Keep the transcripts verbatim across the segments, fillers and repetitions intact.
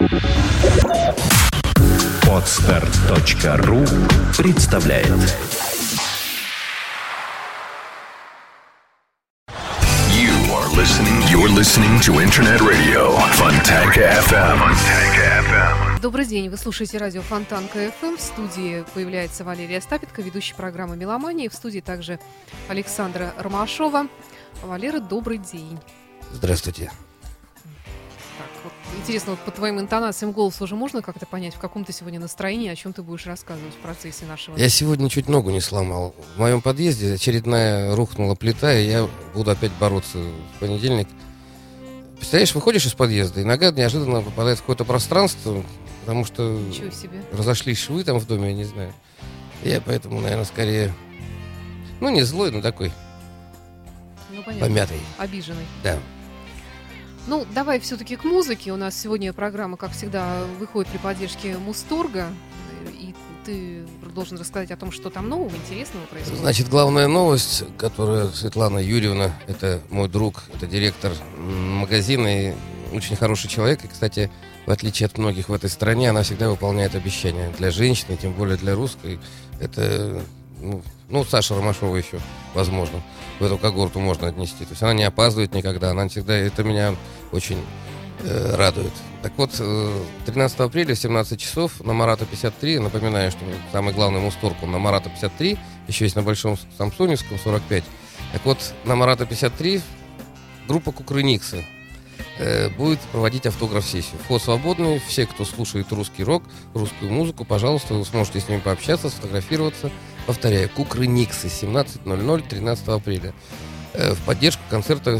Подстер точка ру представляет. You are listening. You're listening to Internet Radio Fontanka эф эм. Fontanka эф эм. Добрый день, вы слушаете радио Фонтанка эф эм. В студии появляется Валерия Остапенко, ведущая программы «Меломания». В студии также Александра Ромашова. Валера, добрый день. Здравствуйте. Так, вот, интересно, вот по твоим интонациям голоса уже можно как-то понять, в каком ты сегодня настроении, о чем ты будешь рассказывать в процессе нашего... Я сегодня чуть ногу не сломал. В моем подъезде очередная рухнула плита, и я буду опять бороться в понедельник. Представляешь, выходишь из подъезда, и нога неожиданно попадает в какое-то пространство, потому что Ничего себе. разошлись швы там в доме, я не знаю. Я поэтому, наверное, скорее, ну, не злой, но такой Ну, понятно. помятый. Обиженный. Да. Ну, давай все-таки к музыке. У нас сегодня программа, как всегда, выходит при поддержке Мусторга. И ты должен рассказать о том, что там нового, интересного происходит. Значит, главная новость, которую Светлана Юрьевна, это мой друг, это директор магазина и очень хороший человек. И, кстати, в отличие от многих в этой стране, она всегда выполняет обещания для женщины, тем более для русской. Это, ну, ну Саша Ромашова еще, возможно, в эту когорту можно отнести. То есть она не опаздывает никогда, она всегда, это меня очень э, радует. Так вот, тринадцатого апреля в семнадцать часов на Марата пятьдесят три, напоминаю, что самый главный Мусторг, он на Марата пятьдесят три, еще есть на Большом Самсоневском сорок пять. Так вот, на Марата пятьдесят три группа Кукрыниксы э, будет проводить автограф-сессию. Вход свободный, все, кто слушает русский рок, русскую музыку, пожалуйста, вы сможете с ними пообщаться, сфотографироваться. Повторяю, Кукрыниксы, семнадцать ноль ноль, тринадцатого апреля. Э, в поддержку концерта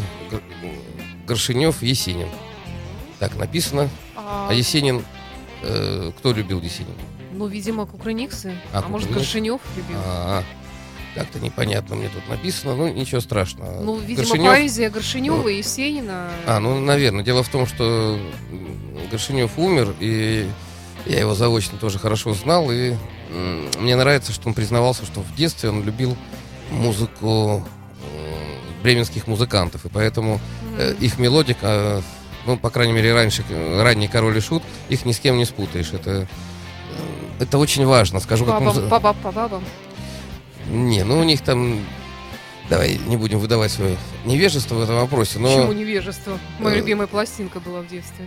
Горшенев-Есенин. Так написано. А, А Есенин, э, кто любил Есенина? ну, видимо, Кукрыниксы. А, А, может, Кукрыниксы? Горшенев любил. А, как-то непонятно мне тут написано. Ну, ничего страшного. Ну, видимо, Горшенев- поэзия Горшенева и Есенина. А, ну, наверное. Дело в том, что Горшенев умер, и я его заочно тоже хорошо знал, и м, мне нравится, что он признавался, что в детстве он любил музыку м, бременских музыкантов, и поэтому э, М. их мелодика, ну, по крайней мере, раньше, ранний Король и Шут, их ни с кем не спутаешь. Это, э, это очень важно. Скажу, как По музы- бабам, по баб- по бабам. Не, ну у них там... Давай не будем выдавать свое невежество в этом вопросе, но... Почему невежество? Моя э, любимая пластинка была в детстве.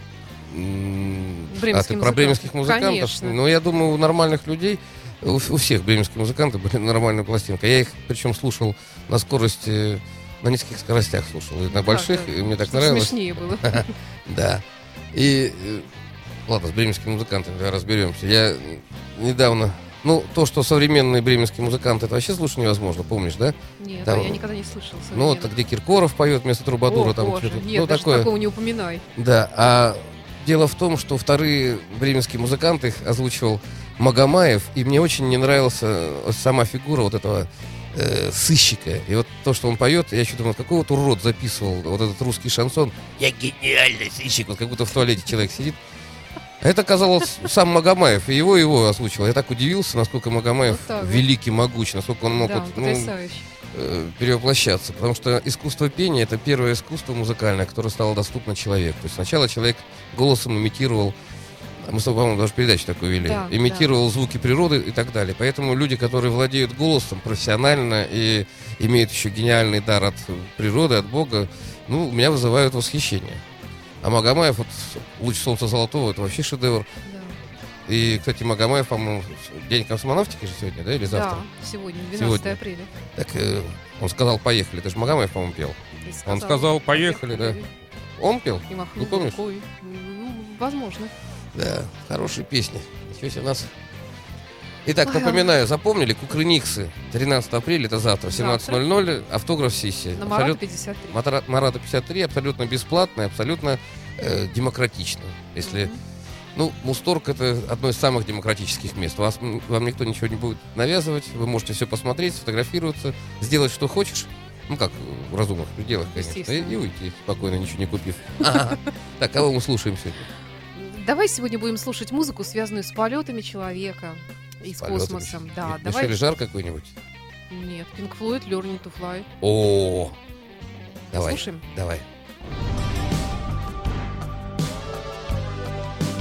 М, А Бременские ты про музыканты. бременских музыкантов? Конечно. Ну, я думаю, у нормальных людей, у, у всех бременских музыкантов были нормальная пластинка. Я их, причем, слушал на скорости, на нескольких скоростях слушал. И на больших, Так, и мне так чтобы нравилось. смешнее было. Да. И, э, ладно, с бременскими музыкантами давай разберемся. Я недавно... Ну, то, что современные бременские музыканты, это вообще слушать невозможно, помнишь, да? Нет, Там- а я никогда не слышала. Ну, вот где Киркоров поет вместо трубадура, О, там боже, что-то. нет, ну, даже такое. такого не упоминай. Да, а дело в том, что вторые бременские музыканты их озвучивал Магомаев, и мне очень не нравилась сама фигура вот этого э, сыщика. И вот то, что он поет, я еще думал, какой вот урод записывал вот этот русский шансон. Я гениальный сыщик, вот как будто в туалете человек сидит. А это оказалось сам Магомаев, и его его озвучивал. Я так удивился, насколько Магомаев Вот так вот. великий, могуч, насколько он мог Да, вот, ну, потрясающе. э, перевоплощаться, потому что искусство пения — это первое искусство музыкальное, которое стало доступно человеку. То есть сначала человек голосом имитировал, мы с тобой, по-моему, даже передачу такую вели, Да, имитировал звуки природы и так далее. Поэтому люди, которые владеют голосом профессионально и имеют еще гениальный дар от природы, от Бога, ну, меня вызывают восхищение. А Магомаев, вот «Луч солнца золотого», это вообще шедевр. Да. И, кстати, Магомаев, по-моему, день космонавтики же сегодня, да, или завтра? Да, сегодня, двенадцатого Сегодня. апреля. Так э, он сказал «поехали». Это же Магомаев, по-моему, пел. И Он сказал, «Поехали», да. Он пел? И махнул Не помнишь? рукой. Ну, возможно. Да, хорошие песни. Ничего себе, нас... Итак, Ой, напоминаю, запомнили, Кукрыниксы, тринадцатого апреля, это завтра, в семнадцать ноль ноль, автограф-сессия. На Марата Абсолют- пятьдесят три. Матара- Марата пятьдесят три, абсолютно бесплатно, и абсолютно э, демократично. Если... Мгм. Ну, Мусторг — это одно из самых демократических мест. Вас, м, вам никто ничего не будет навязывать, вы можете все посмотреть, сфотографироваться, сделать, что хочешь. Ну как, в разумных пределах, конечно. И, Естественно. и уйти спокойно, ничего не купив. Ага. Так, кого мы слушаем сегодня? Давай сегодня будем слушать музыку, связанную с полетами человека и с, полетами. космосом. Да, Ми- давай. Мишель Жар какой-нибудь? Нет, Pink Floyd, Learning to Fly. О, давай, Слушаем. давай.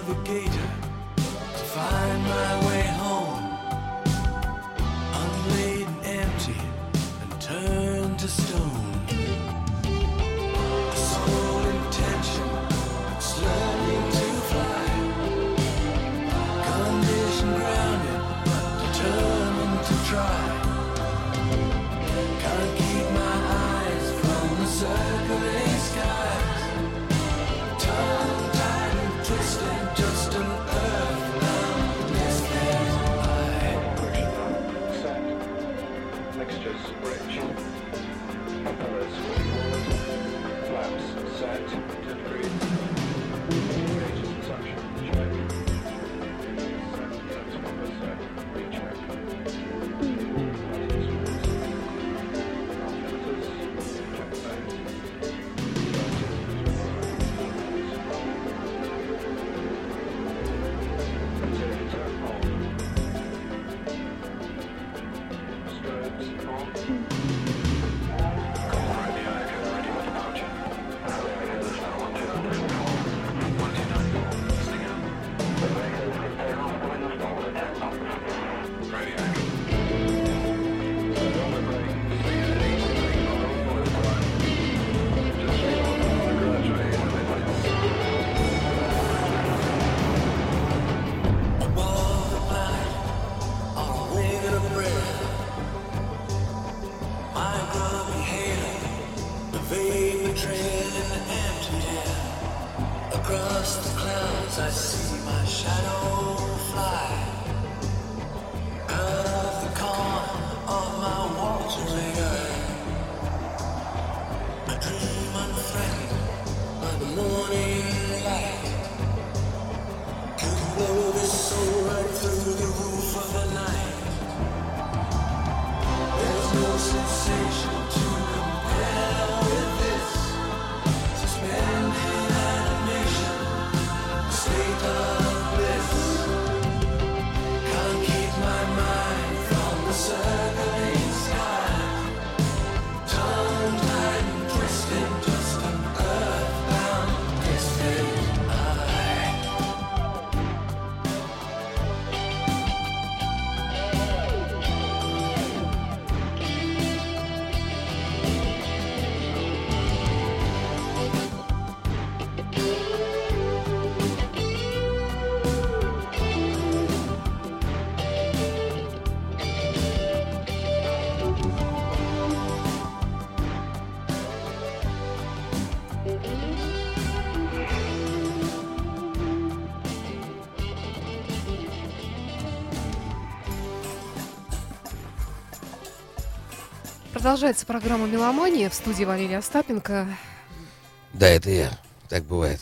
navigator to find my way home, unladen, empty, and turned to stone. A sole intention, it's learning to fly, condition grounded, but determined to try. Can't keep my eyes from the circling skies, tongue-tied and twisted, just an earthbound misfit. Set. Mixtures rich. Propellers forward. Flaps set. ten degrees. Gauges suction. Check. Set. Transformer set. Recheck. Продолжается программа «Меломания», в студии Валерия Остапенко. Да, это я. Так бывает.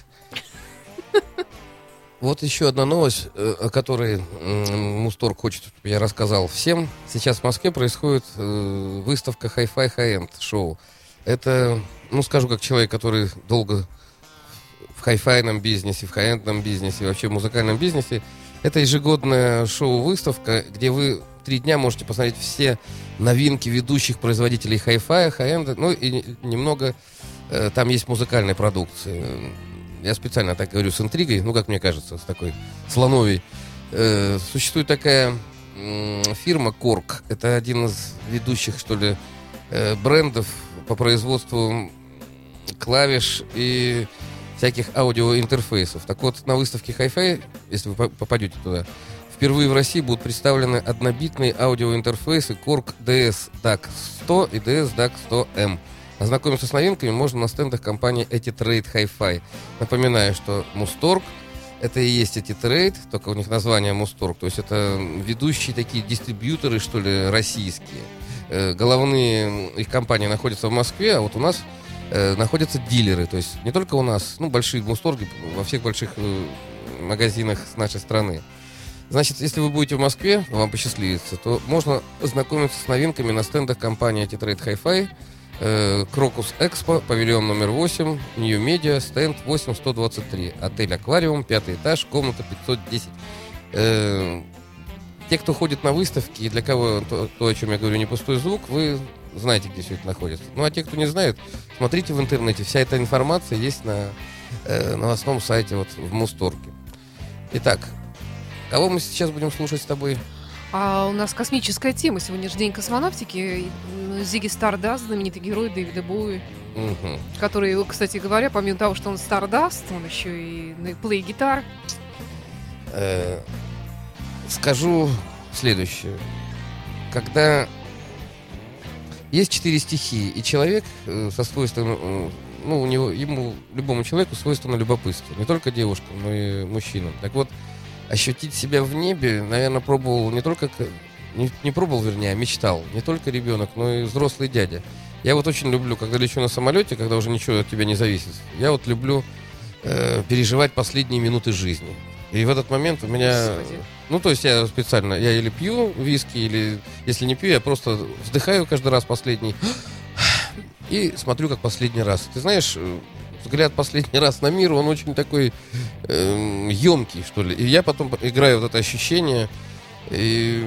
Вот еще одна новость, о которой Мусторг хочет, чтобы я рассказал всем. Сейчас в Москве происходит выставка Hi-Fi High-End шоу. Это, ну, скажу как человек, который долго в хай-файном бизнесе, в хай-эндном бизнесе, вообще в музыкальном бизнесе. Это ежегодная шоу-выставка, где вы три дня можете посмотреть все новинки ведущих производителей хай-фая, хай-энда, ну и немного э, там есть музыкальной продукции. Я специально так говорю с интригой, ну, как мне кажется, с такой слоновой. Э, существует такая э, фирма Korg. Это один из ведущих, что ли, э, брендов по производству клавиш и всяких аудиоинтерфейсов. Так вот, на выставке Hi-Fi, если вы попадете туда, впервые в России будут представлены однобитные аудиоинтерфейсы Korg ди эс дак сто и ди эс дак сто эм. Ознакомиться с новинками можно на стендах компании Etitrade Hi-Fi. Напоминаю, что Мусторг — это и есть Etitrade, только у них название Мусторг. То есть это ведущие такие дистрибьюторы, что ли, российские. Э, головные их компании находятся в Москве, а вот у нас э, находятся дилеры. То есть не только у нас, ну, большие Мусторги во всех больших э, магазинах с нашей страны. Значит, если вы будете в Москве, вам посчастливится, то можно ознакомиться с новинками на стендах компании Etitrade Hi-Fi, э, Крокус Экспо, павильон номер восемь, New Media, стенд восемь сто двадцать три, отель Аквариум, пятый этаж, комната пятьсот десять. Э, те, кто ходит на выставки, и для кого то, то, о чем я говорю, не пустой звук, вы знаете, где все это находится. Ну, а те, кто не знает, смотрите в интернете, вся эта информация есть на э, новостном сайте вот, в Мусторге. Итак, кого мы сейчас будем слушать с тобой? А у нас космическая тема. Сегодня же день космонавтики. Зигги Стардаст, знаменитый герой Дэвида Боуи, Мгм. который, кстати говоря, помимо того, что он Стардаст, он еще и плей-гитар. Э, Скажу следующее. Когда есть четыре стихии, и человек э, со свойством, э, ну, у него, ему, любому человеку свойственно любопытство. Не только девушкам, но и мужчинам. Так вот, ощутить себя в небе, наверное, пробовал не только... к- Не, не пробовал, вернее, а мечтал. Не только ребенок, но и взрослый дядя. Я вот очень люблю, когда лечу на самолете, когда уже ничего от тебя не зависит. Я вот люблю э, переживать последние минуты жизни. И в этот момент у меня... Господи. Ну, то есть я специально, я или пью виски, или если не пью, я просто вздыхаю каждый раз последний и смотрю как последний раз. Ты знаешь, э, взгляд последний раз на мир, он очень такой э, емкий, что ли. И я потом играю вот это ощущение, и,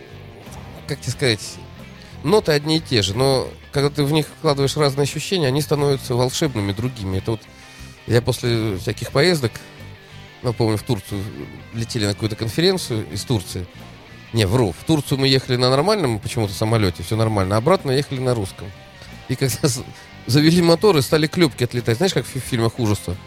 как тебе сказать, ноты одни и те же, но когда ты в них вкладываешь разные ощущения, они становятся волшебными, другими. Это вот я после всяких поездок, ну, помню, в Турцию летели на какую-то конференцию из Турции. Не, вру. В Турцию мы ехали на нормальном почему-то самолете, все нормально. А обратно ехали на русском. И когда з- завели моторы, стали клепки отлетать. Знаешь, как в фи- фильмах ужаса?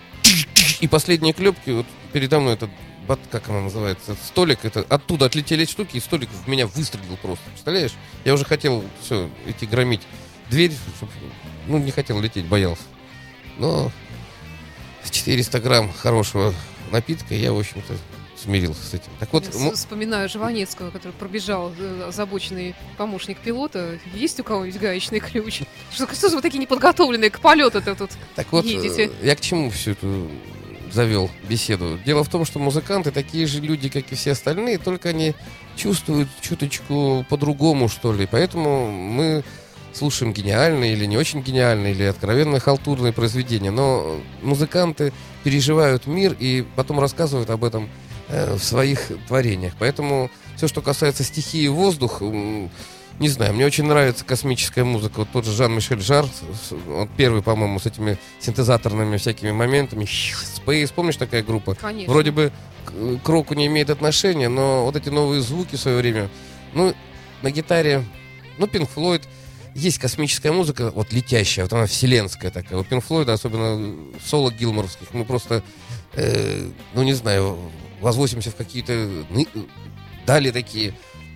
И последние клепки, вот передо мной этот, бат- как она называется, этот столик, это, оттуда отлетели эти штуки, и столик в меня выстрелил просто. Представляешь? Я уже хотел все, идти громить дверь, чтоб- ну, не хотел лететь, боялся. Но четыреста грамм хорошего напитка, и я, в общем-то, смирился с этим. Так вот, Я м- с- вспоминаю Жванецкого, который пробежал, э, озабоченный помощник пилота. Есть у кого-нибудь гаечный ключ? Что, что же вы такие неподготовленные к полету-то тут так вот, едете? э, я к чему всю эту завел беседу? Дело в том, что музыканты такие же люди, как и все остальные, только они чувствуют чуточку по-другому, что ли. Поэтому мы слушаем гениальные или не очень гениальные, или откровенно халтурные произведения. Но музыканты переживают мир и потом рассказывают об этом э, в своих творениях. Поэтому все, что касается стихии воздух, м, не знаю, мне очень нравится космическая музыка. Вот тот же Жан-Мишель Жар, с- он первый, по-моему, с этими синтезаторными всякими моментами. Space, помнишь, такая группа? Конечно. Вроде бы к, к року не имеет отношения, но вот эти новые звуки в свое время, ну, на гитаре, ну, Pink Floyd, есть космическая музыка, вот летящая, вот она вселенская такая. У Pink Floyd, особенно соло гилморовских, мы просто, э, ну, не знаю, возводимся в какие-то ны- дали такие,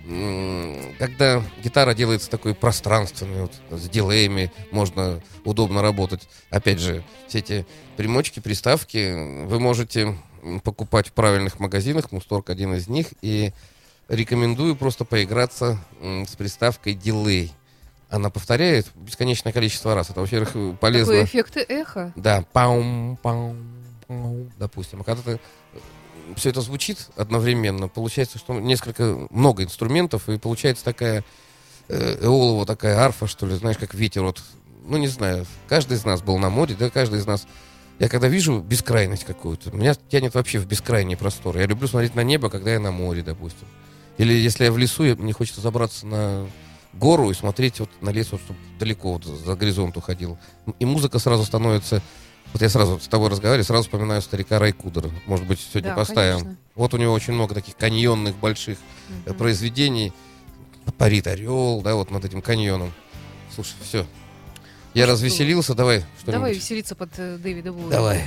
м, когда гитара делается такой пространственной, вот, с дилеями можно удобно работать. Опять же, все эти примочки, приставки вы можете м, покупать в правильных магазинах, Мусторг один из них, и рекомендую просто поиграться м, с приставкой дилей. Она повторяет бесконечное количество раз. Это, во-первых, полезно. Такой эффект эхо. Да, паум, паум, паум, допустим. А когда ты все это звучит одновременно, получается, что несколько, много инструментов, и получается такая э, эолова, такая арфа, что ли, знаешь, как ветер. Вот, ну, не знаю, каждый из нас был на море, да, каждый из нас. Я когда вижу бескрайность какую-то, меня тянет вообще в бескрайние просторы. Я люблю смотреть на небо, когда я на море, допустим. Или если я в лесу, я- мне хочется забраться на гору и смотреть вот на лес, вот, чтобы далеко вот за горизонт уходил. И музыка сразу становится... Вот я сразу с тобой разговариваю, сразу вспоминаю старика Рай Кудера. Может быть, сегодня Да, поставим. конечно. Вот у него очень много таких каньонных больших э, Мгм. произведений. Парит орел, да, вот над этим каньоном. Слушай, все. Я Ну развеселился, давай что-нибудь. Давай веселиться под э, Дэвида Боуи. Давай.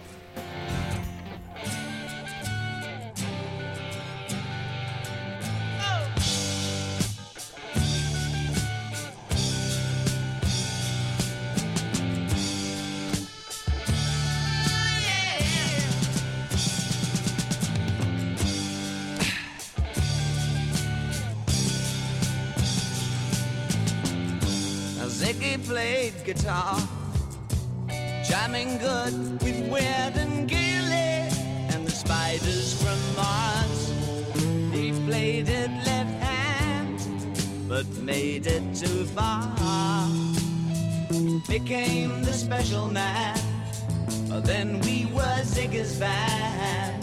Now Ziggy played guitar, jamming good with Weird and Gilly and the Spiders from Mars. He played it left hand, but made it too far. Became the special man, then we were Ziggy's band.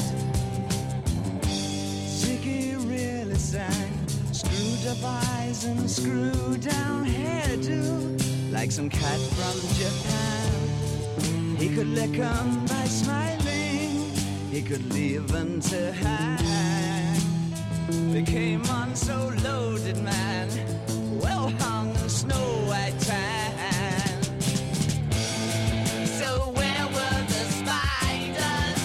Ziggy really sang, screwed up eyes and screwed down hairdo, like some cat from Japan. He could lick 'em by smiling, he could leave until high. They came on so loaded, man, well hung in snow white tan. So where were the spiders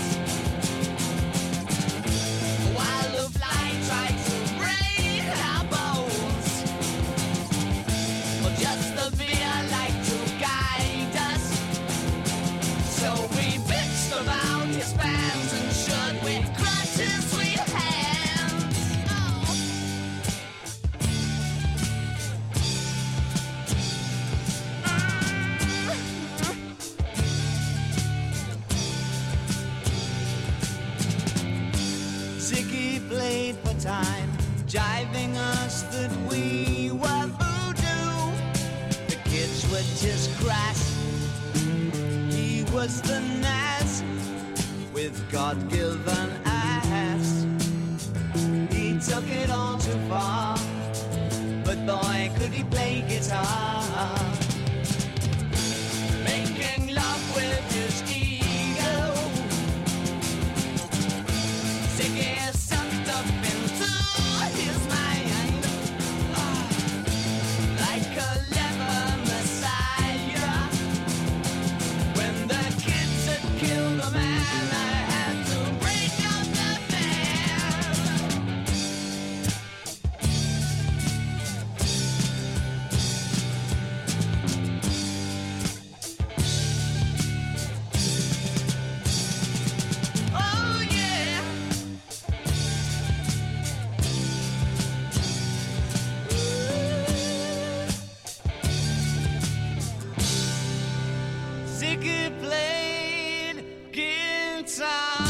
while the fly tried to break our bones? Well, just the beer like to guide us. So we bitched about his fans and should we crush his sweet hands. Oh. Ziggy played for time, jiving us that we were voodoo. The kids were just crass. He was the Nas with God-given ass. He took it all too far, but boy, could he play guitar. Making love with his ego. Ziggy sucked up into his mind, ah, like a clever messiah. When the kids had killed a man, I had to break up the band. Oh yeah. Ziggy played guitar.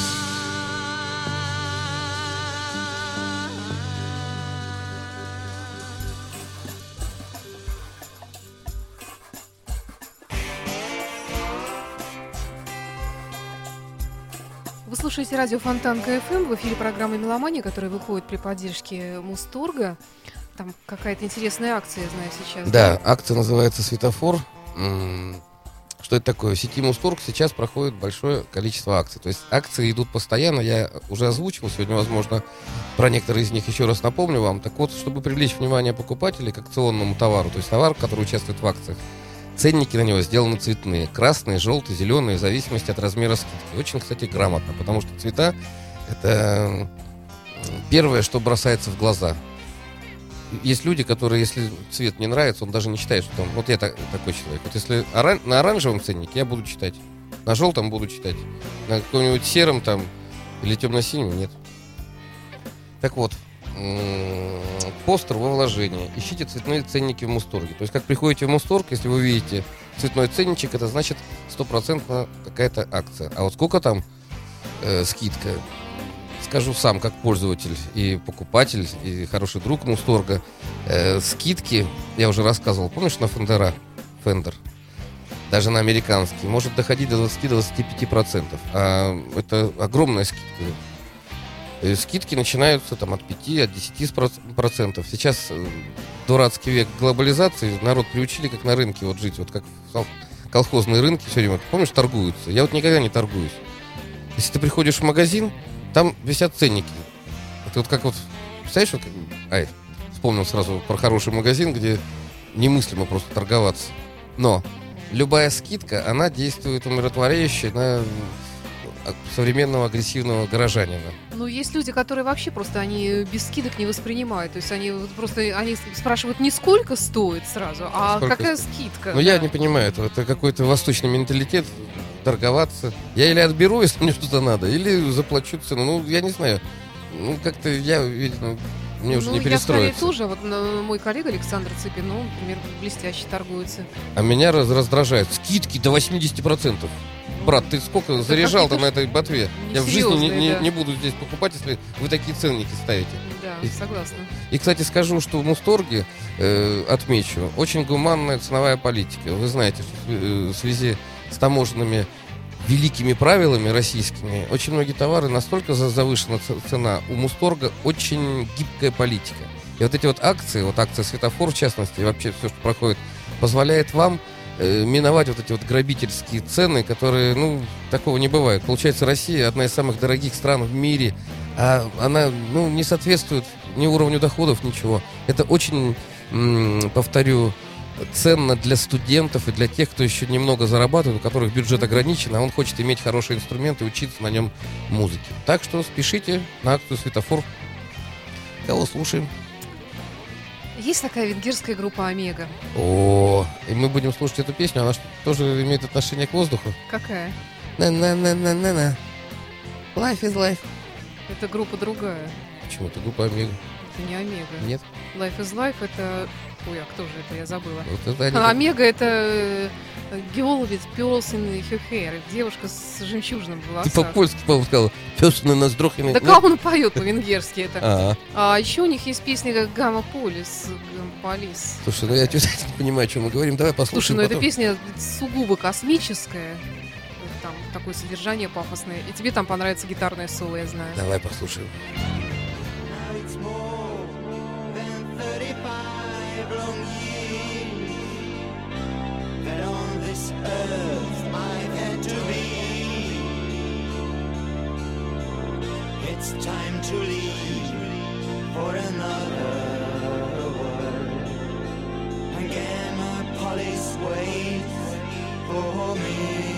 Вы слушаете радио Фонтанка эф эм, в эфире программы «Меломания», которая выходит при поддержке Мусторга. Там какая-то интересная акция, я знаю, сейчас. Да, акция называется «Светофор». М, Что это такое? В сети Мусторг сейчас проходит большое количество акций. То есть акции идут постоянно. Я уже озвучивал сегодня, возможно, про некоторые из них еще раз напомню вам. Так вот, чтобы привлечь внимание покупателей к акционному товару, то есть товар, который участвует в акциях, ценники на него сделаны цветные. Красные, желтые, зеленые, в зависимости от размера скидки. Очень, кстати, грамотно, потому что цвета — это первое, что бросается в глаза. Есть люди, которые, если цвет не нравится, он даже не читает, что там... Вот я так, такой человек. Вот если оран... на оранжевом ценнике я буду читать, на желтом буду читать, на каком-нибудь сером там или темно-синем нет. Так вот, м- постер во вложении. Ищите цветные ценники в Мусторге. То есть, как приходите в Мусторг, если вы видите цветной ценничек, это значит стопроцентно какая-то акция. А вот сколько там э, скидка? Скажу сам, как пользователь и покупатель, и хороший друг Мусторга. Э, скидки, я уже рассказывал, помнишь, на Фендера? Фендер. Даже на американский. Может доходить до двадцать-двадцать пять процентов. А это огромная скидка. Э, скидки начинаются там от пяти, от десяти процентов. Сейчас э, дурацкий век глобализации. Народ приучили, как на рынке вот жить. Вот как колхозные рынки все время, помнишь, торгуются. Я вот никогда не торгуюсь. Если ты приходишь в магазин, там висят ценники. Это вот как вот, представляешь, вот, ай, вспомнил сразу про хороший магазин, где немыслимо просто торговаться. Но любая скидка, она действует умиротворяюще на современного агрессивного горожанина. Ну, есть люди, которые вообще просто, они без скидок не воспринимают. То есть они вот просто, они спрашивают не сколько стоит сразу, а Сколько какая стоит? скидка. Ну, да. я не понимаю этого. Это какой-то восточный менталитет, торговаться. Я или отберу, если мне что-то надо, или заплачу цену. Ну, я не знаю. Ну, как-то я, видно, мне уже ну, не перестроиться. Я скорее тоже, вот ну, мой коллега Александр Цыпин, ну, например, блестяще торгуется. А меня раз- раздражает. Скидки до восемьдесят процентов. Брат, ты сколько заряжал-то на этой ботве? Я в жизни не, не, да. не буду здесь покупать, если вы такие ценники ставите. Да, И- согласна. И, кстати, скажу, что в Мусторге, э, отмечу, очень гуманная ценовая политика. Вы знаете, что в, э, в связи с таможенными великими правилами российскими, очень многие товары настолько за- завышена ц- цена. У Мусторга очень гибкая политика. И вот эти вот акции, вот акция «Светофор» в частности, и вообще все, что проходит, позволяет вам э, миновать вот эти вот грабительские цены, которые, ну, такого не бывает. Получается, Россия одна из самых дорогих стран в мире, а она, ну, не соответствует ни уровню доходов, ничего. Это очень, м- повторю, ценно для студентов и для тех, кто еще немного зарабатывает, у которых бюджет ограничен, а он хочет иметь хороший инструмент и учиться на нем музыке. Так что спешите на акцию «Светофор». Кого слушаем? Есть такая венгерская группа «Омега». О, и мы будем слушать эту песню, она тоже имеет отношение к воздуху. Какая? На-на-на-на-на-на. Life is life. Это группа другая. Почему? Это группа «Омега». Это не «Омега». Нет? Life is Life — это... Ой, а кто же это? Я забыла. Вот это они... А «Омега» — это э, girl with pearls in her hair. Девушка с жемчужным в Ты волосах. по-польски, по-моему, сказал. Пёс на ноздрохиной. Да как он поет по-венгерски это? А, А еще у них есть песня как «Гамма Полис», «Гамма Полис». слушай, ну я чё-то не понимаю, о чем мы говорим. Давай Слушай, послушаем ну эта потом. песня сугубо космическая. Там такое содержание пафосное. И тебе там понравится гитарное соло, я знаю. Давай послушаем. Now it's more than thirty-five long years that on this earth I've had to be. It's time to leave for another world. And Gamma Polis waits for me.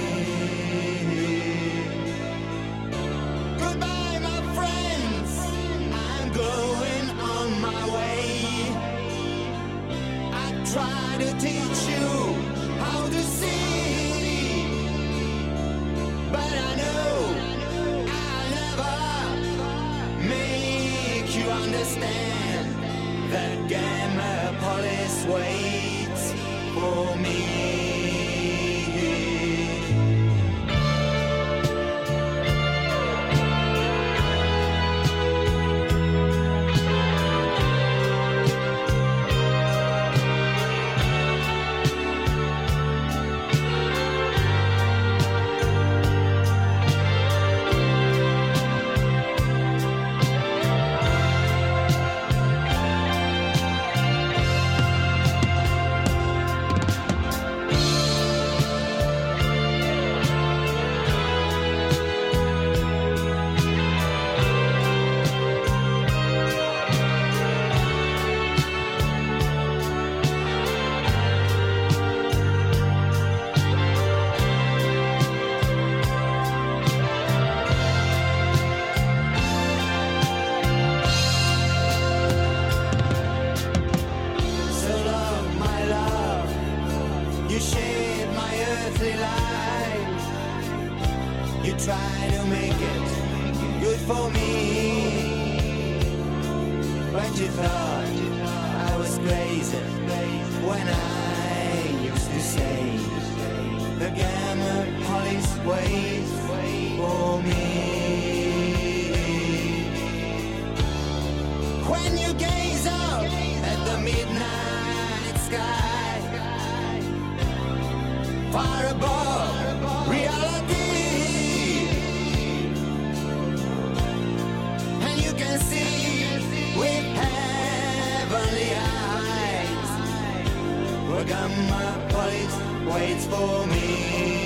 Goodbye, my friends. I'm going on my way. I try to teach you how to see, but I know I'll never make you understand that Gamma Polis waits for me. Try to make it good for me, but you thought I was crazy when I used to say the Gamma Polis waits for me. When you gaze up at the midnight sky, far above reality, see with heavenly eyes, where Gamma Polis waits for me.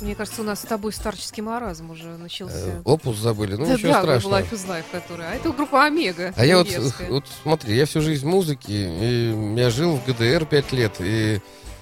Мне кажется, у нас с тобой старческий маразм уже начался. Э, Опус забыли, ну да, ничего да, страшного. Life is Life, которая. А это группа Омега. А я вот, венгерская. вот смотри, я всю жизнь в музыке, и я жил в ГДР пять лет, и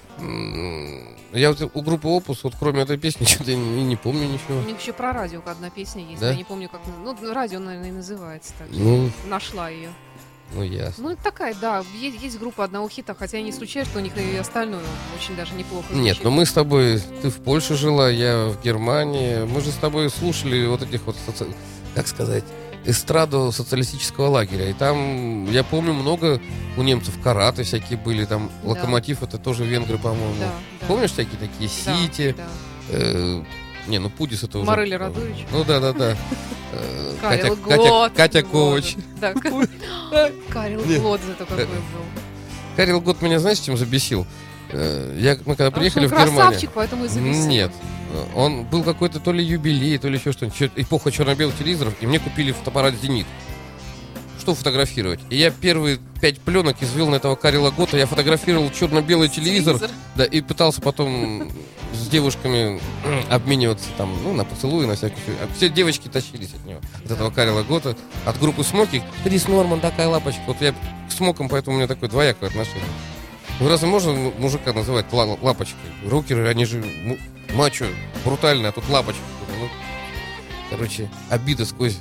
м, я вот у группы Опус, вот кроме этой песни, что-то не, не помню ничего. У них еще про радио одна песня есть, Да? я не помню, как... Ну, радио, наверное, и называется так. Ну, Нашла ее. ну ясно. Ну, это такая, да, есть, есть группа одного хита, хотя я не исключаю, что у них и остальное очень даже неплохо звучит. Нет, но мы с тобой, ты в Польше жила, я в Германии, мы же с тобой слушали вот этих вот, соци- как сказать, эстраду социалистического лагеря. И там, я помню, много у немцев караты всякие были, там Да. Локомотив, это тоже венгры, по-моему. Да, да. Помнишь всякие такие Да, Сити? да. э, не, ну Пудис это уже... Марель Радович. Ну да, да, да. Э, Катя, Карел Катя, Гот. Катя Вот. Ковач. Да, Карел Нет. Гот зато какой был. Карел Гот меня, знаешь, чем забесил? Э, Я, мы когда приехали Он в Германию... красавчик, поэтому и зависел. Нет. Он был какой-то то ли юбилей, то ли еще что-нибудь. Чё- Эпоха черно-белых телевизоров. И мне купили фотоаппарат «Зенит». Что фотографировать? И я первые пять пленок извел на этого Карела Гота. Я фотографировал черно-белый телевизор. Да, и пытался потом с девушками обмениваться там, ну, на поцелуи, на всякую. А все девочки тащились от него. От этого Карела Гота. От группы Смоки. Крис Норман, такая лапочка. Вот я к Смокам, поэтому у меня такое двоякое отношение. Ну, разве можно мужика называть ла- лапочкой? Рокеры, они же му- мачо, брутальные, а тут лапочка. Ну, короче, обида сквозь.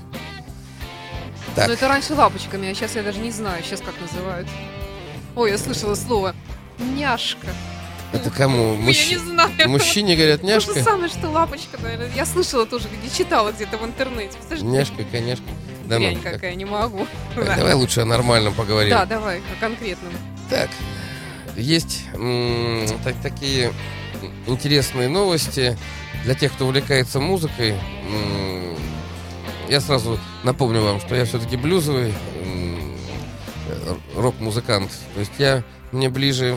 Так, Но это раньше лапочками, а сейчас я даже не знаю, сейчас как называют. Ой, я слышала слово няшка. это кому? Ну, Мужч- Я не знаю. Мужчине говорят То же няшка? самое, что лапочка, наверное. Я слышала тоже, где читала где-то в интернете. Подожди, Няшка, конечно. Да, дрянь ну, как- какая, не могу. так, Да. давай лучше о нормальном поговорим. Да, давай, о конкретном. Так, есть м, так- такие интересные новости для тех, кто увлекается музыкой. М, Я сразу напомню вам, что я все-таки блюзовый м, э, рок-музыкант. То есть я, мне ближе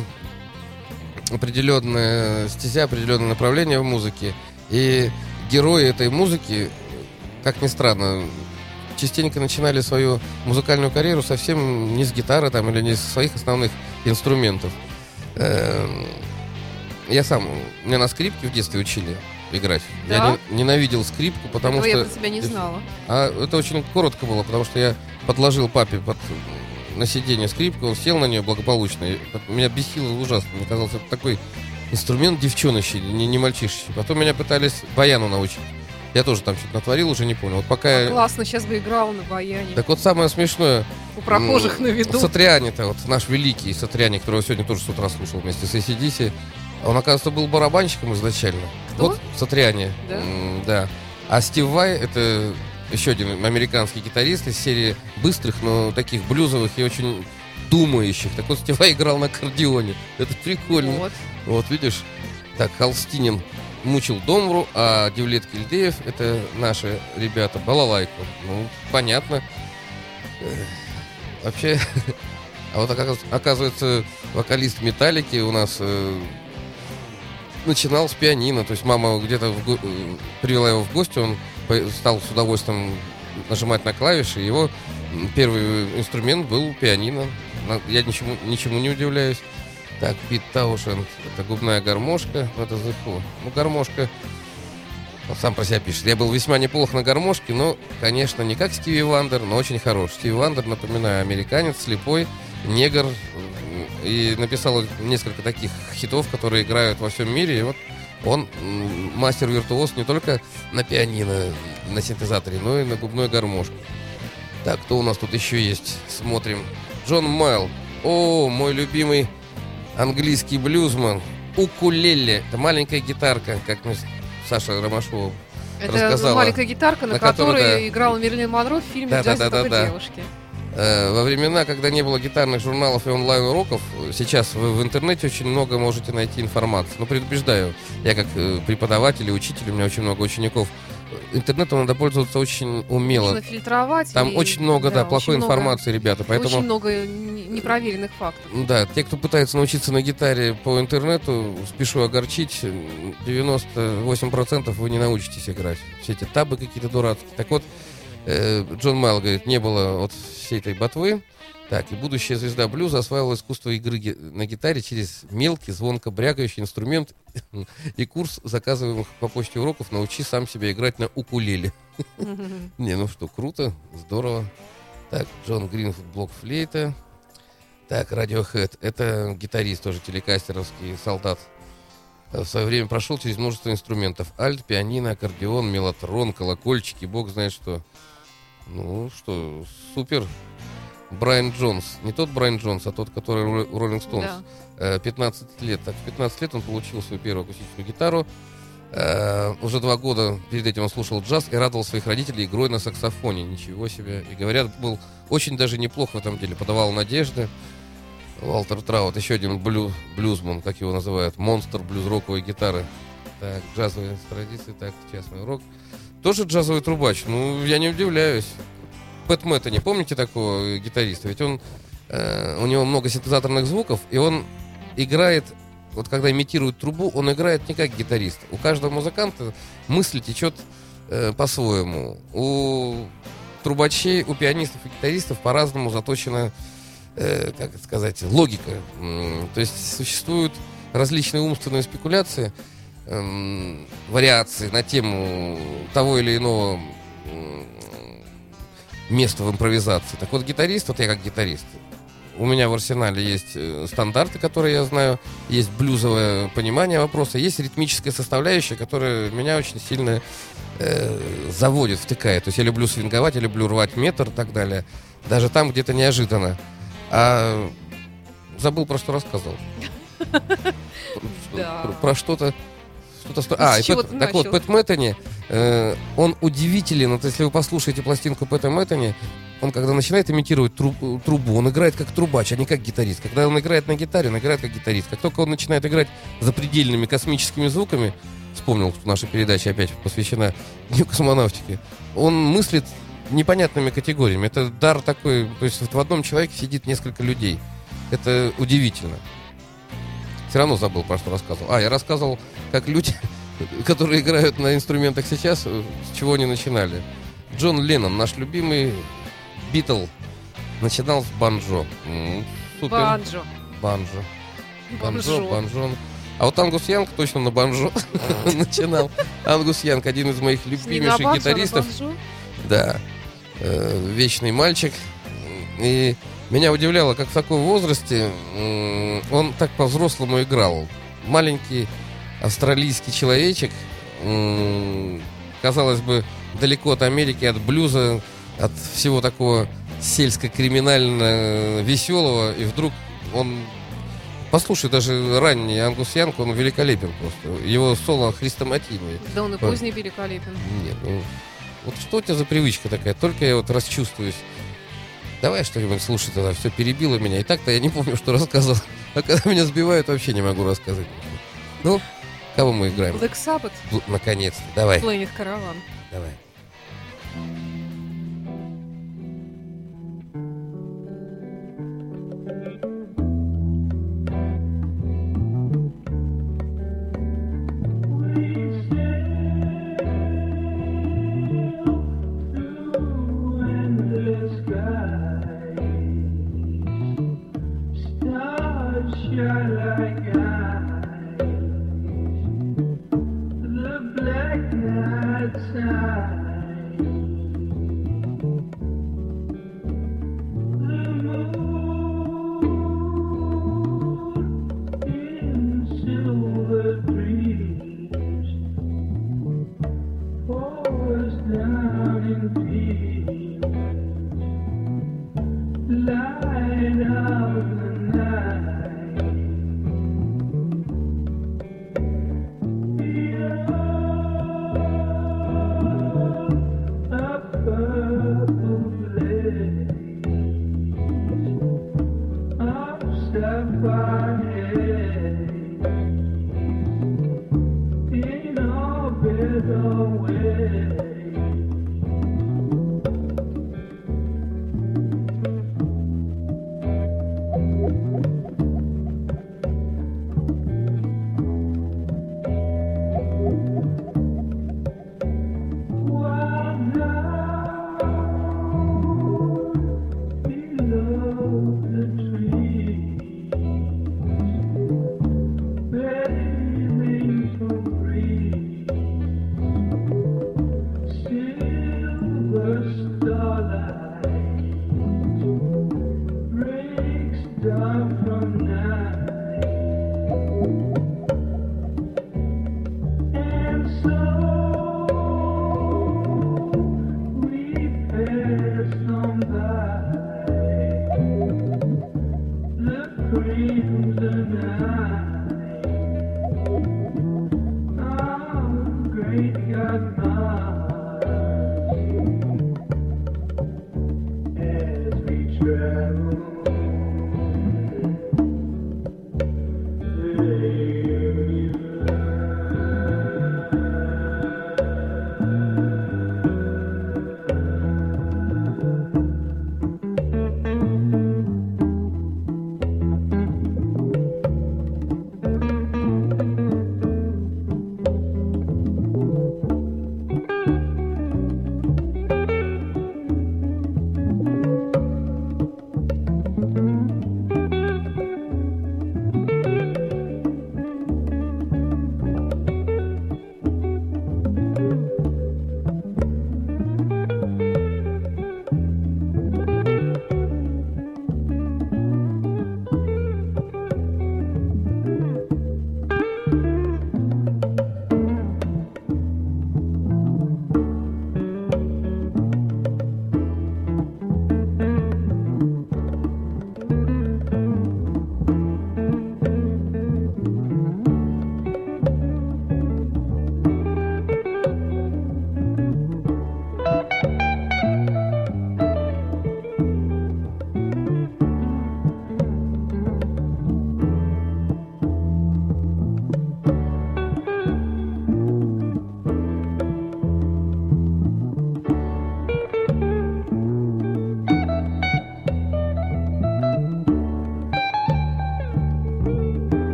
определенная стезя, определенное направление в музыке. И герои этой музыки, как ни странно, частенько начинали свою музыкальную карьеру совсем не с гитары там, или не со своих основных инструментов. Эм, Я сам, меня на скрипке в детстве учили играть. Да? Я не- ненавидел скрипку, потому Этого что... я про тебя не знала. А это очень коротко было, потому что я подложил папе под, на сиденье скрипку, он сел на нее благополучно. И меня бесило ужасно. Мне казалось, это такой инструмент девчоночий, не, не мальчишечий. Потом меня пытались баяну научить. Я тоже там что-то натворил, уже не помню. Вот пока... А я- классно, сейчас бы играл на баяне. Так вот самое смешное... У прохожих м, на виду. Сатриани-то, вот наш великий Сатриани, которого сегодня тоже с утра слушал вместе с эй си ди си, он, оказывается, был барабанщиком изначально. Кто? Вот Сатриани. Да? М, да. А Стив Vai — это еще один американский гитарист из серии быстрых, но таких блюзовых и очень думающих. Так вот, Стив Vai играл на аккордеоне. Это прикольно. Вот. Вот, видишь? Так, Холстинин мучил домру, а Девлет Кильдеев — это наши ребята, балалайку. Ну, понятно. Э, Вообще, а вот оказ- оказывается, вокалист Металлики у нас э, начинал с пианино. То есть мама где-то в го- э, привела его в гости, он по- стал с удовольствием нажимать на клавиши. Его м, первый инструмент был пианино. На- Я ничему, ничему не удивляюсь. Так, Пит Таушенд, это губная гармошка, ну, это зыху. Ну, гармошка, он сам про себя пишет. Я был весьма неплох на гармошке, но, конечно, не как Стиви Вандер, но очень хорош. Стиви Вандер, напоминаю, американец, слепой, негр, м, и написал несколько таких хитов, которые играют во всем мире. И вот он м, мастер-виртуоз не только на пианино, на синтезаторе, но и на губной гармошке. Так, кто у нас тут еще есть? Смотрим. Джон Майл. О, мой любимый английский блюзман. Укулеле. Это маленькая гитарка, как мне Саша Ромашова Это рассказала. маленькая гитарка, на, на которой, которой да. играла Мерлин Монро в фильме Да, да, «Джаз да, для да, да. девушки». Э, во времена, когда не было гитарных журналов и онлайн-уроков, сейчас вы в интернете очень много можете найти информации. Но предупреждаю, я как э, преподаватель и учитель, у меня очень много учеников, интернетом надо пользоваться очень умело. Нужно фильтровать. Там и- очень много, да, плохой очень много- информации, ребята. Поэтому, Очень много не- непроверенных фактов. да, те, кто пытается научиться на гитаре по интернету, спешу огорчить, девяносто восемь процентов вы не научитесь играть. Все эти табы какие-то дурацкие. Так вот, э, Джон Майл говорит, не было вот всей этой ботвы. Так, и будущая звезда блюза осваивала искусство игры ги- на гитаре через мелкий, звонко брягающий инструмент и курс заказываемых по почте уроков «Научи сам себя играть на укулеле». Не, ну что, круто, здорово. Так, Джон Гринвуд, блок-флейта. Так, Radiohead, это гитарист, тоже телекастеровский солдат. В свое время прошел через множество инструментов. Альт, пианино, аккордеон, мелатрон, колокольчики, бог знает что. Ну что, супер. Брайан Джонс. Не тот Брайан Джонс, а тот, который у Роллинг Стоунс. Да. пятнадцать лет. Так, в пятнадцать лет он получил свою первую акустическую гитару. Uh, уже два года перед этим он слушал джаз и радовал своих родителей игрой на саксофоне. Ничего себе. И говорят, был очень даже неплох в этом деле. Подавал надежды. Уолтер Траут, еще один блю, блюзман, как его называют. Монстр блюз-роковой гитары. Так, джазовые традиции, так, частный урок. Тоже джазовый трубач. Ну, я не удивляюсь. Пэт Мэттани, помните такого гитариста? Ведь он, э, у него много синтезаторных звуков, и он играет... Вот когда имитирует трубу, он играет не как гитарист. У каждого музыканта мысль течет э, по-своему. У трубачей, у пианистов и гитаристов по-разному заточена, э, как это сказать, логика. М-м, то есть существуют различные умственные спекуляции, э, вариации на тему того или иного э, места в импровизации. Так вот, гитарист, вот я как гитарист, у меня в арсенале есть стандарты, которые я знаю, есть блюзовое понимание вопроса, есть ритмическая составляющая, которая меня очень сильно э, заводит, втыкает. То есть я люблю свинговать, я люблю рвать метр и так далее. Даже там где-то неожиданно. А забыл, про что рассказывал. Про что-то... А, так вот, Пэт Мэттани, он удивителен. Вот если вы послушаете пластинку Пэта Мэттани, он, когда начинает имитировать трубу, трубу, он играет как трубач, а не как гитарист. Когда он играет на гитаре, он играет как гитарист. Как только он начинает играть запредельными космическими звуками, вспомнил, что наша передача опять посвящена Дню космонавтики, он мыслит непонятными категориями. Это дар такой, то есть вот в одном человеке сидит несколько людей. Это удивительно. Все равно забыл, про что рассказывал. А, я рассказывал, как люди, которые играют на инструментах сейчас, с чего они начинали. Джон Леннон, наш любимый Битл, начинал с банджо. М-м, супер. Банджо. Банджо. Банджо, Банджо. банджо. А вот Ангус Янг точно на банджо начинал. Ангус Янг, один из моих любимейших гитаристов. Да. Вечный мальчик. И меня удивляло, как в таком возрасте он так по-взрослому играл. Маленький австралийский человечек, казалось бы, далеко от Америки, от блюза, от всего такого сельско-криминально веселого, и вдруг он... Послушай, даже ранний Ангус Янг, он великолепен просто. Его соло хрестоматийное. Да он и поздний великолепен. Нет, ну... Вот что у тебя за привычка такая? Только я вот расчувствуюсь. Давай что-нибудь слушай тогда. Все перебило меня. И так-то я не помню, что рассказывал. А когда меня сбивают, вообще не могу рассказать. Ну, кого мы играем? Black Sabbath. Бл- Наконец-то. Давай. Planet Caravan. Давай. Oh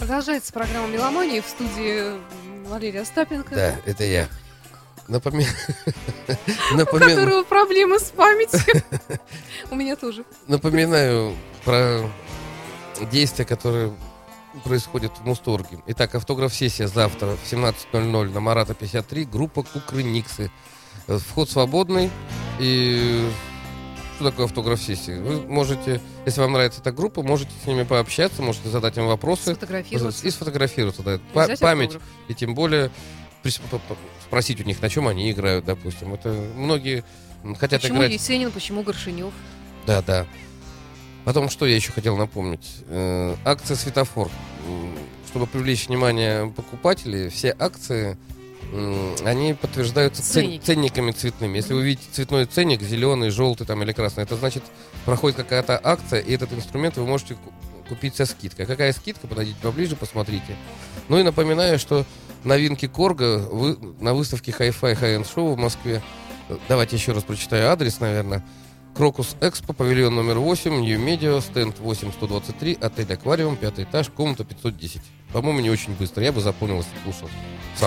Продолжается программа «Меломания» в студии Валерия Остапенко. Да, это я. Напоми... У Напомин... которого проблемы с памятью. У меня тоже. Напоминаю про действия, которые происходят в Мусторге. Итак, автограф-сессия завтра в семнадцать ноль ноль на Марата пятьдесят три, группа Кукрыниксы. Вход свободный. И что такое автограф-сессия? Вы можете, если вам нравится эта группа, можете с ними пообщаться, можете задать им вопросы. Сфотографироваться. И сфотографироваться, да. Па- Взять память. автограф. И тем более прис- п- п- спросить у них, на чем они играют, допустим. Это многие хотят Почему играть. Есенин, почему Горшенев? Да, да. Потом, что я еще хотел напомнить. Э, акция «Светофор». М, Чтобы привлечь внимание покупателей, все акции, м, они подтверждаются цен- Ценники. ценниками цветными. Если вы видите цветной ценник, зеленый, желтый там, или красный, это значит, проходит какая-то акция, и этот инструмент вы можете ку- купить со скидкой. Какая скидка? Подойдите поближе, посмотрите. Ну и напоминаю, что новинки Корга вы, на выставке Hi-Fi High-End Show в Москве. Давайте еще раз прочитаю адрес, наверное. Крокус Экспо, павильон номер восемь, Нью Медиа, стенд восемь сто двадцать три, отель Аквариум, пятый этаж, комната пятьсот десять. По-моему, не очень быстро. Я бы запомнил, если слушал сам.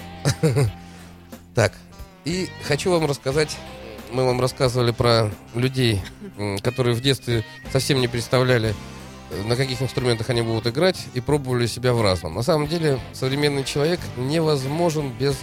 Так, и хочу вам рассказать, мы вам рассказывали про людей, м, которые в детстве совсем не представляли, э, на каких инструментах они будут играть, и пробовали себя в разном. На самом деле, современный человек невозможен без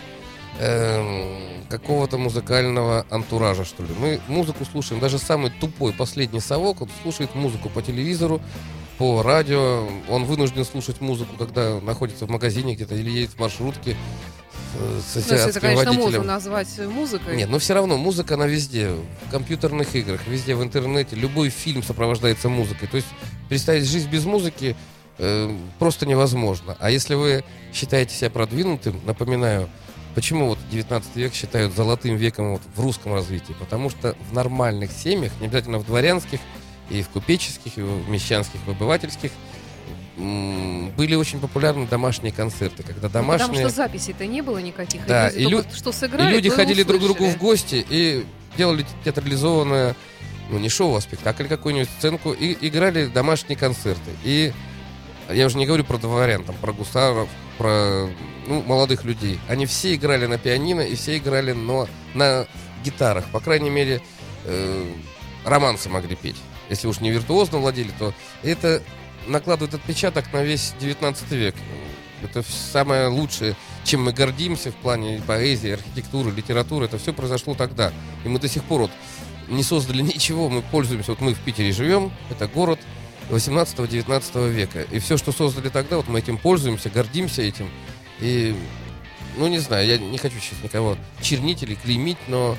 эм, какого-то музыкального антуража, что ли. Мы музыку слушаем, даже самый тупой последний совок, он слушает музыку по телевизору, по радио, он вынужден слушать музыку, когда находится в магазине где-то или едет в маршрутке э, с Ну, если это, азиатским конечно, можно водителем. назвать музыкой. Нет, но все равно музыка, она везде, в компьютерных играх, везде в интернете, любой фильм сопровождается музыкой. То есть представить жизнь без музыки э, просто невозможно. А если вы считаете себя продвинутым, напоминаю, почему вот девятнадцатый век считают золотым веком вот в русском развитии? Потому что в нормальных семьях, не обязательно в дворянских, и в купеческих, и в мещанских, в обывательских, м, были очень популярны домашние концерты, когда Ну, домашние... Потому что записей-то не было никаких. Да, и и люди лю- только что И сыграли, люди то и ходили друг к другу услышали. в гости и делали театрализованное, ну не шоу, а спектакль, какую-нибудь сценку, и играли домашние концерты. И я уже не говорю про дворян, там, про гусаров, про ну, молодых людей. Они все играли на пианино и все играли но, на гитарах. По крайней мере, э, романсы могли петь. Если уж не виртуозно владели, то это накладывает отпечаток на весь девятнадцатый век. Это самое лучшее, чем мы гордимся в плане поэзии, архитектуры, литературы. Это все произошло тогда. И мы до сих пор вот не создали ничего. Мы пользуемся. Вот мы в Питере живем. Это город восемнадцатого-девятнадцатого века. И все, что создали тогда, вот мы этим пользуемся, гордимся этим. И, ну, не знаю, я не хочу сейчас никого чернить или клеймить, но...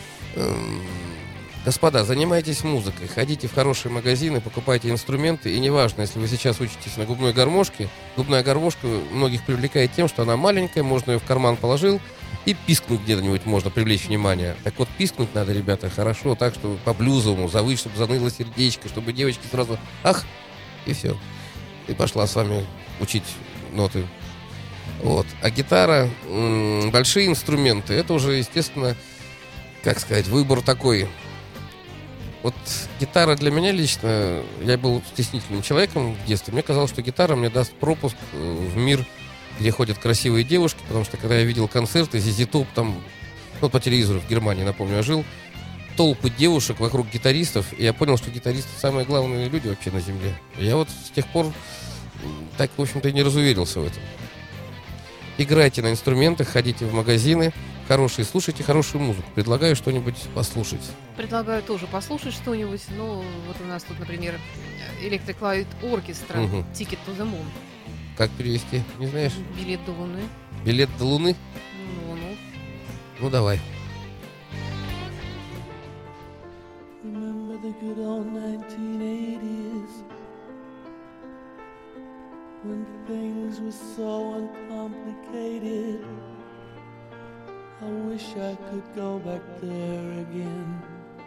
эм, Господа, занимайтесь музыкой, ходите в хорошие магазины, покупайте инструменты, и неважно, если вы сейчас учитесь на губной гармошке, губная гармошка многих привлекает тем, что она маленькая, можно ее в карман положил, и пискнуть где-нибудь можно, привлечь внимание. Так вот, пискнуть надо, ребята, хорошо, так, чтобы по блюзовому, завыть, чтобы заныло сердечко, чтобы девочки сразу ах, и все. И пошла с вами учить ноты. Вот. А гитара, м- большие инструменты, это уже, естественно, как сказать, выбор такой. Вот гитара для меня лично, я был стеснительным человеком в детстве, мне казалось, что гитара мне даст пропуск в мир, где ходят красивые девушки, потому что когда я видел концерты, Зизи Топ там, ну, по телевизору в Германии, напомню, я жил, толпы девушек вокруг гитаристов, и я понял, что гитаристы самые главные люди вообще на земле. И я вот с тех пор так, в общем-то, и не разуверился в этом. Играйте на инструментах, ходите в магазины хорошие, слушайте хорошую музыку. Предлагаю что-нибудь послушать. Предлагаю тоже послушать что-нибудь. Ну, вот у нас тут, например, Electric Light Orchestra, Мгм. Ticket to the Moon. Как перевести? Не знаешь? Билет до Луны. Билет до Луны? Ну, ну. Ну, давай. Remember the good old nineteen eighties when things were so uncomplicated. I wish I could go back there again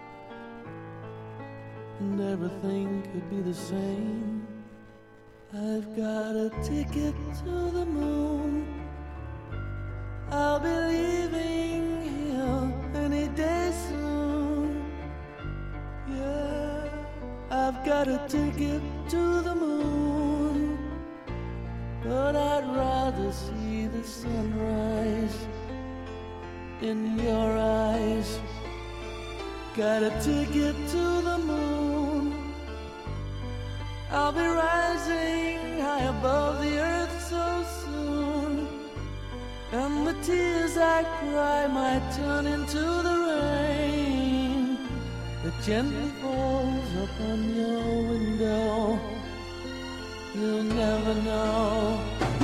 and everything could be the same. I've got a ticket to the moon. I'll be leaving here any day soon. Yeah, I've got a ticket to the moon. but I'd rather see the sunrise in your eyes. Got a ticket to the moon. I'll be rising high above the earth so soon, and the tears I cry might turn into the rain that gently falls upon your window. You'll never know.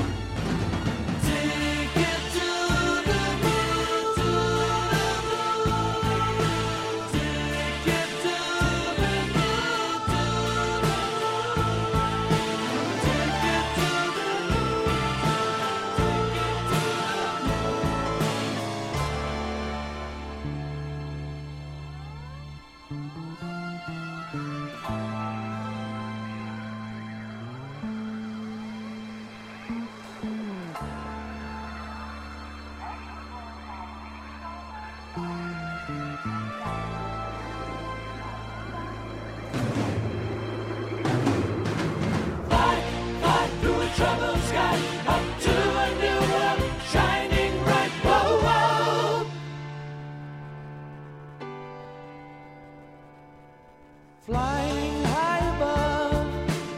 Ticket to the moon, to the moon. Ticket to the moon, to the moon. Ticket to the moon, ticket to troubled sky, up to a new world, shining bright, whoa, whoa. Flying high above,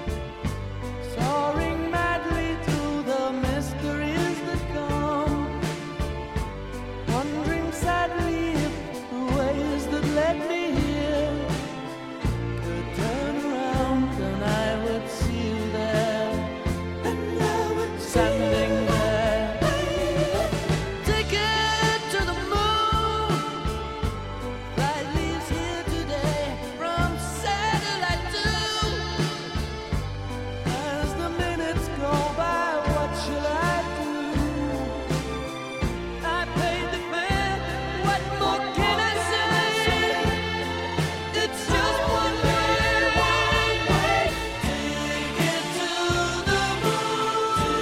soaring madly through the mysteries that come, wondering sadly if the ways that led me here could turn around and I would see you there. Standing there, ticket to the moon. Flight leaves here today from satellite two. As the minutes go by, what shall I do? I paid the fare. What more can I say? It's just one way, one way. Ticket to the moon.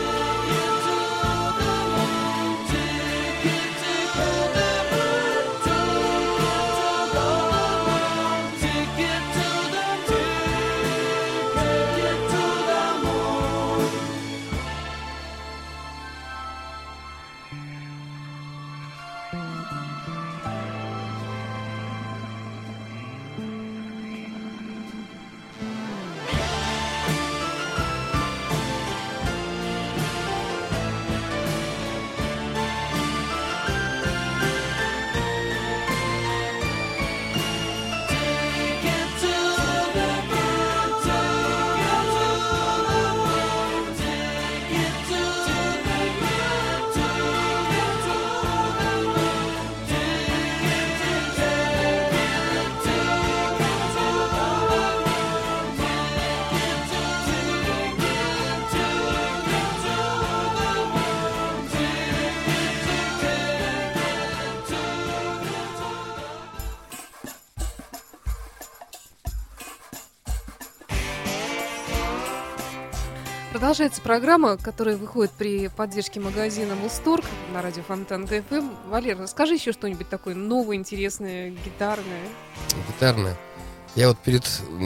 Продолжается программа, которая выходит при поддержке магазина Мусторг на радио Фонтан КФМ. Валер, расскажи еще что-нибудь такое новое, интересное, гитарное. Гитарное. Я вот перед...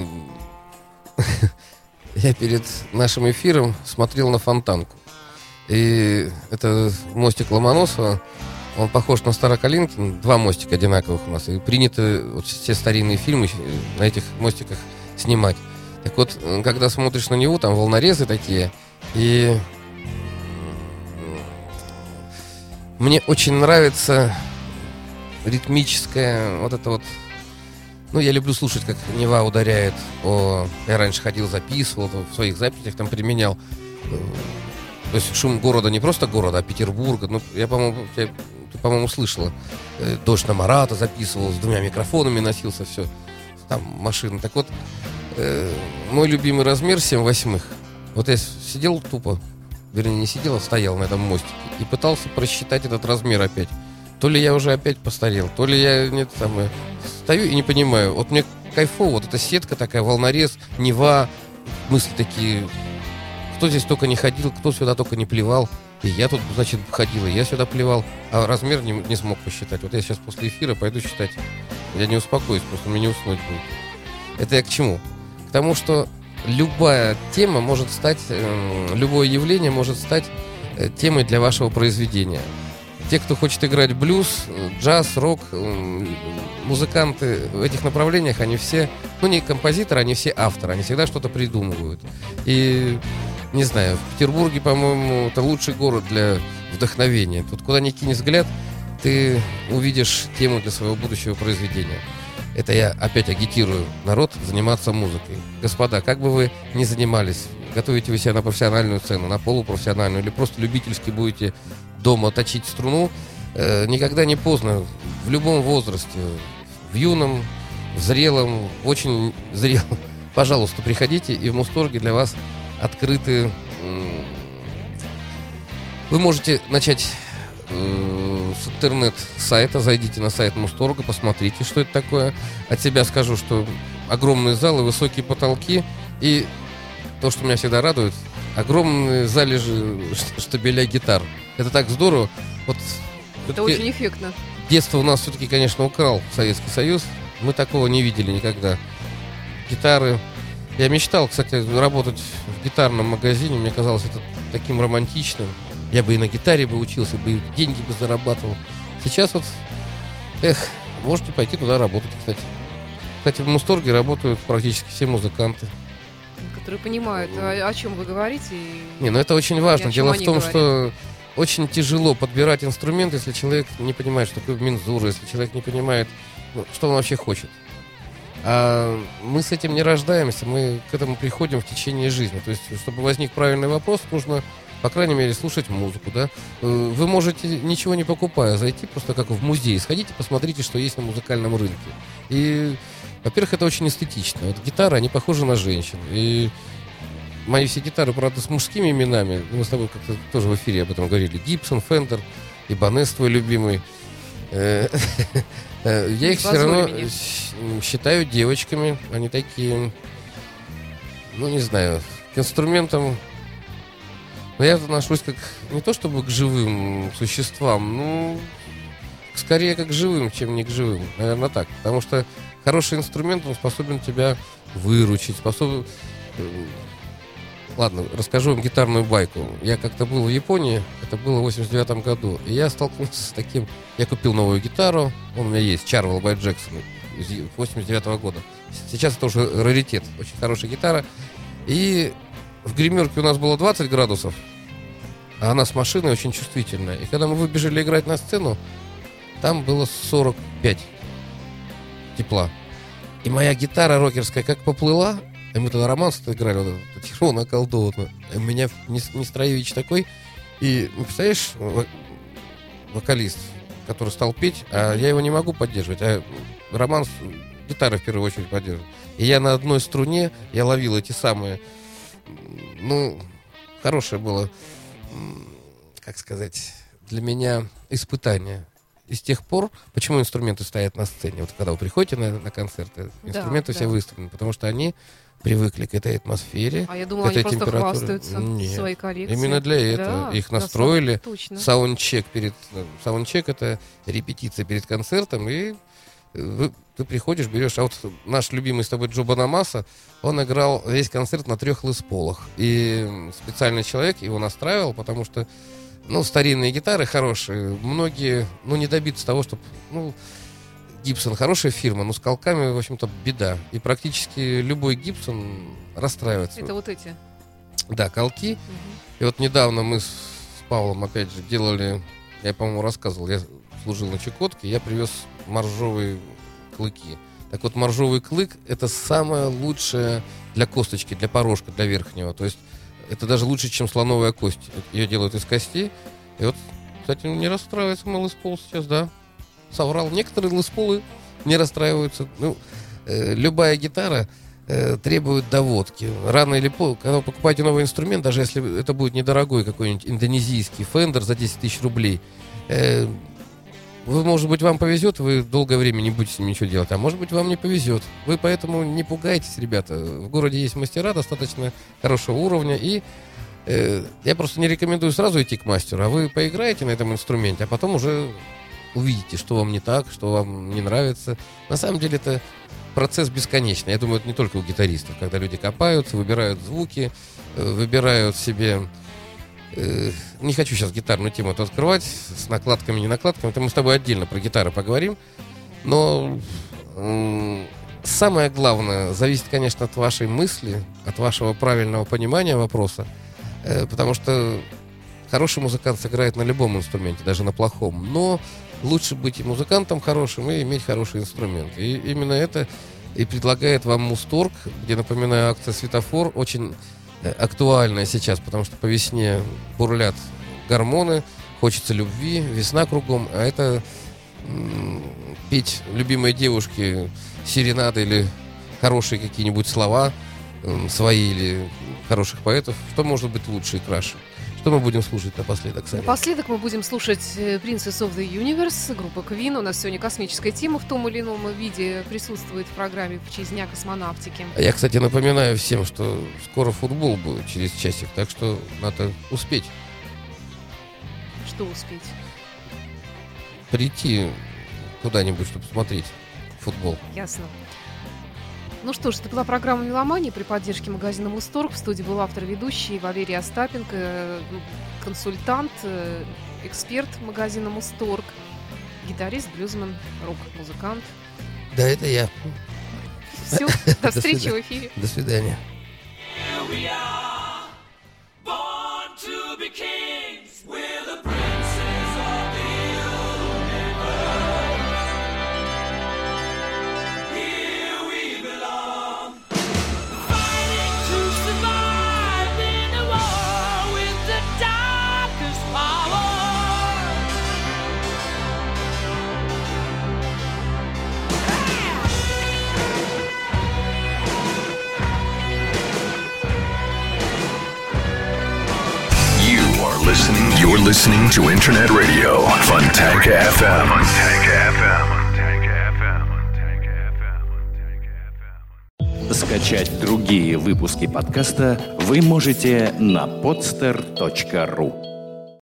Я перед нашим эфиром смотрел на Фонтанку. И это мостик Ломоносова. Он похож на Старокалинкин. Два мостика одинаковых у нас. И принято вот все старинные фильмы на этих мостиках снимать. Так вот, когда смотришь на него, там волнорезы такие, и мне очень нравится ритмическое вот это вот. Ну, я люблю слушать, как Нева ударяет. О, я раньше ходил, записывал, в своих записях там применял. То есть шум города, не просто города, а Петербурга. Ну, я, по-моему, я, ты, по-моему, слышала. Дождь на Марата записывал, с двумя микрофонами носился, все. Там машины. Так вот, э, мой любимый размер семь восьмых. Вот я сидел тупо, вернее, не сидел, а стоял на этом мостике и пытался просчитать этот размер опять. То ли я уже опять постарел, то ли я нет, там, стою и не понимаю. Вот мне кайфово, вот эта сетка такая, волнорез, Нева, мысли такие. Кто здесь только не ходил, кто сюда только не плевал. И я тут, значит, ходил, и я сюда плевал. А размер не, не смог посчитать. Вот я сейчас после эфира пойду считать. Я не успокоюсь, просто мне не уснуть будет. Это я к чему? К тому, что любая тема может стать, э, любое явление может стать э, темой для вашего произведения. Те, кто хочет играть блюз, джаз, рок, э, музыканты в этих направлениях, они все, ну не композиторы, они все авторы, они всегда что-то придумывают. И, не знаю, в Петербурге, по-моему, это лучший город для вдохновения. Тут куда ни кинь взгляд, ты увидишь тему для своего будущего произведения. Это я опять агитирую народ заниматься музыкой. Господа, как бы вы ни занимались, готовите вы себя на профессиональную сцену, на полупрофессиональную, или просто любительски будете дома точить струну, э, никогда не поздно, в любом возрасте, в юном, в зрелом, очень зрелом. Пожалуйста, приходите, и в Мусторге для вас открыты... Э, вы можете начать... с интернет-сайта, зайдите на сайт Мусторга, посмотрите, что это такое. От себя скажу, что огромные залы, высокие потолки, и то, что меня всегда радует, огромные залежи штабеля гитар. Это так здорово. Вот, это очень эффектно. Детство у нас все-таки, конечно, украл Советский Союз. Мы такого не видели никогда. Гитары. Я мечтал, кстати, работать в гитарном магазине. Мне казалось это таким романтичным. Я бы и на гитаре бы учился, бы и деньги бы зарабатывал. Сейчас вот, эх, можете пойти туда работать, кстати. Кстати, в Мусторге работают практически все музыканты. Которые понимают, о, о чем вы говорите. И... Не, ну это очень важно. Дело в том, говорят. что очень тяжело подбирать инструмент, если человек не понимает, что такое мензура, если человек не понимает, ну, что он вообще хочет. А мы с этим не рождаемся, мы к этому приходим в течение жизни. То есть, чтобы возник правильный вопрос, нужно... по крайней мере, слушать музыку, да. Вы можете, ничего не покупая, зайти просто как в музей. Сходите, посмотрите, что есть на музыкальном рынке. И, во-первых, это очень эстетично. Вот гитары, они похожи на женщин. И мои все гитары, правда, с мужскими именами. Мы с тобой как-то тоже в эфире об этом говорили. Гибсон, Фендер, Ибанез твой любимый. Я их все равно считаю девочками. Они такие, ну, не знаю, к инструментам... Но я отношусь как не то чтобы к живым существам, ну, скорее как к живым, чем не к живым. Наверное, так. Потому что хороший инструмент, он способен тебя выручить, способен... Ладно, расскажу вам гитарную байку. Я как-то был в Японии, это было в восемьдесят девятом году, и я столкнулся с таким... Я купил новую гитару, он у меня есть, Charvel by Jackson из восемьдесят девятого года. Сейчас это уже раритет, очень хорошая гитара. И... в гримерке у нас было двадцать градусов, а она с машиной очень чувствительная. И когда мы выбежали играть на сцену, там было сорок пять тепла. И моя гитара рокерская как поплыла, и мы тогда романс играли, вот это тяжело наколдовано. У меня Нестроевич такой, и, ну, представляешь, вокалист, который стал петь, а я его не могу поддерживать, а романс гитара в первую очередь поддерживает. И я на одной струне, я ловил эти самые... Ну, хорошее было, как сказать, для меня испытание. И с тех пор, почему инструменты стоят на сцене? Вот когда вы приходите на, на концерты, инструменты да, все да. выставлены, потому что они привыкли к этой атмосфере. А я думала, к этой они просто температуре. хвастаются Нет, своей коллекцией. именно для этого. Да, их настроили. точно. Саундчек перед... Саундчек — это репетиция перед концертом, и вы, ты приходишь, берешь... А вот наш любимый с тобой Джо Бонамасса, он играл весь концерт на трех лес-полах. И специальный человек его настраивал, потому что, ну, старинные гитары хорошие. Многие, ну, не добиться того, чтобы... Ну, Гибсон хорошая фирма, но с колками, в общем-то, беда. И практически любой Гибсон расстраивается. Это вот эти? Да, колки. Угу. И вот недавно мы с, с Павлом, опять же, делали... Я, по-моему, рассказывал. Я служил на Чукотке, я привез моржовые клыки. Так вот, моржовый клык — это самое лучшее для косточки, для порожка, для верхнего. То есть это даже лучше, чем слоновая кость. Ее делают из костей. И вот, кстати, не расстраивается мой лес-пол сейчас, да. Соврал. Некоторые лес-полы не расстраиваются. Ну, э, любая гитара э, требует доводки. Рано или поздно, когда вы покупаете новый инструмент, даже если это будет недорогой какой-нибудь индонезийский Fender за десять тысяч рублей, э, вы, может быть, вам повезет, вы долгое время не будете с ним ничего делать, а может быть, вам не повезет. Вы поэтому не пугайтесь, ребята. В городе есть мастера достаточно хорошего уровня, и э, я просто не рекомендую сразу идти к мастеру, а вы поиграете на этом инструменте, а потом уже увидите, что вам не так, что вам не нравится. На самом деле это процесс бесконечный. Я думаю, это не только у гитаристов, когда люди копаются, выбирают звуки, выбирают себе... Не хочу сейчас гитарную тему эту открывать, с накладками, не накладками. Это мы с тобой отдельно про гитары поговорим. Но самое главное зависит, конечно, от вашей мысли, от вашего правильного понимания вопроса. Потому что хороший музыкант сыграет на любом инструменте, даже на плохом. Но лучше быть и музыкантом хорошим, и иметь хороший инструмент. И именно это и предлагает вам Мусторг, где, напоминаю, акция «Светофор» очень актуальная сейчас, потому что по весне бурлят гормоны, хочется любви, весна кругом, а это м- петь любимой девушке серенады или хорошие какие-нибудь слова м- свои или хороших поэтов. Что может быть лучше и краше? Что мы будем слушать напоследок, Саня? Напоследок мы будем слушать Princess of the Universe, группа Queen. У нас сегодня космическая тема в том или ином виде присутствует в программе в честь Дня космонавтики. Я, кстати, напоминаю всем, что скоро футбол будет через часик, так что надо успеть. Что успеть? Прийти куда-нибудь, чтобы смотреть футбол. Ясно. Ну что ж, это была программа «Меломания» при поддержке магазина «Мусторг». В студии был автор-ведущий Валерий Остапенко, консультант, эксперт магазина «Мусторг», гитарист, блюзмен, рок-музыкант. Да, это я. Все, до встречи в эфире. До свидания. Listening, you're listening to Internet Radio, Fontanka эф эм. Fontanka эф эм. Скачать другие выпуски подкаста вы можете на podster точка ру.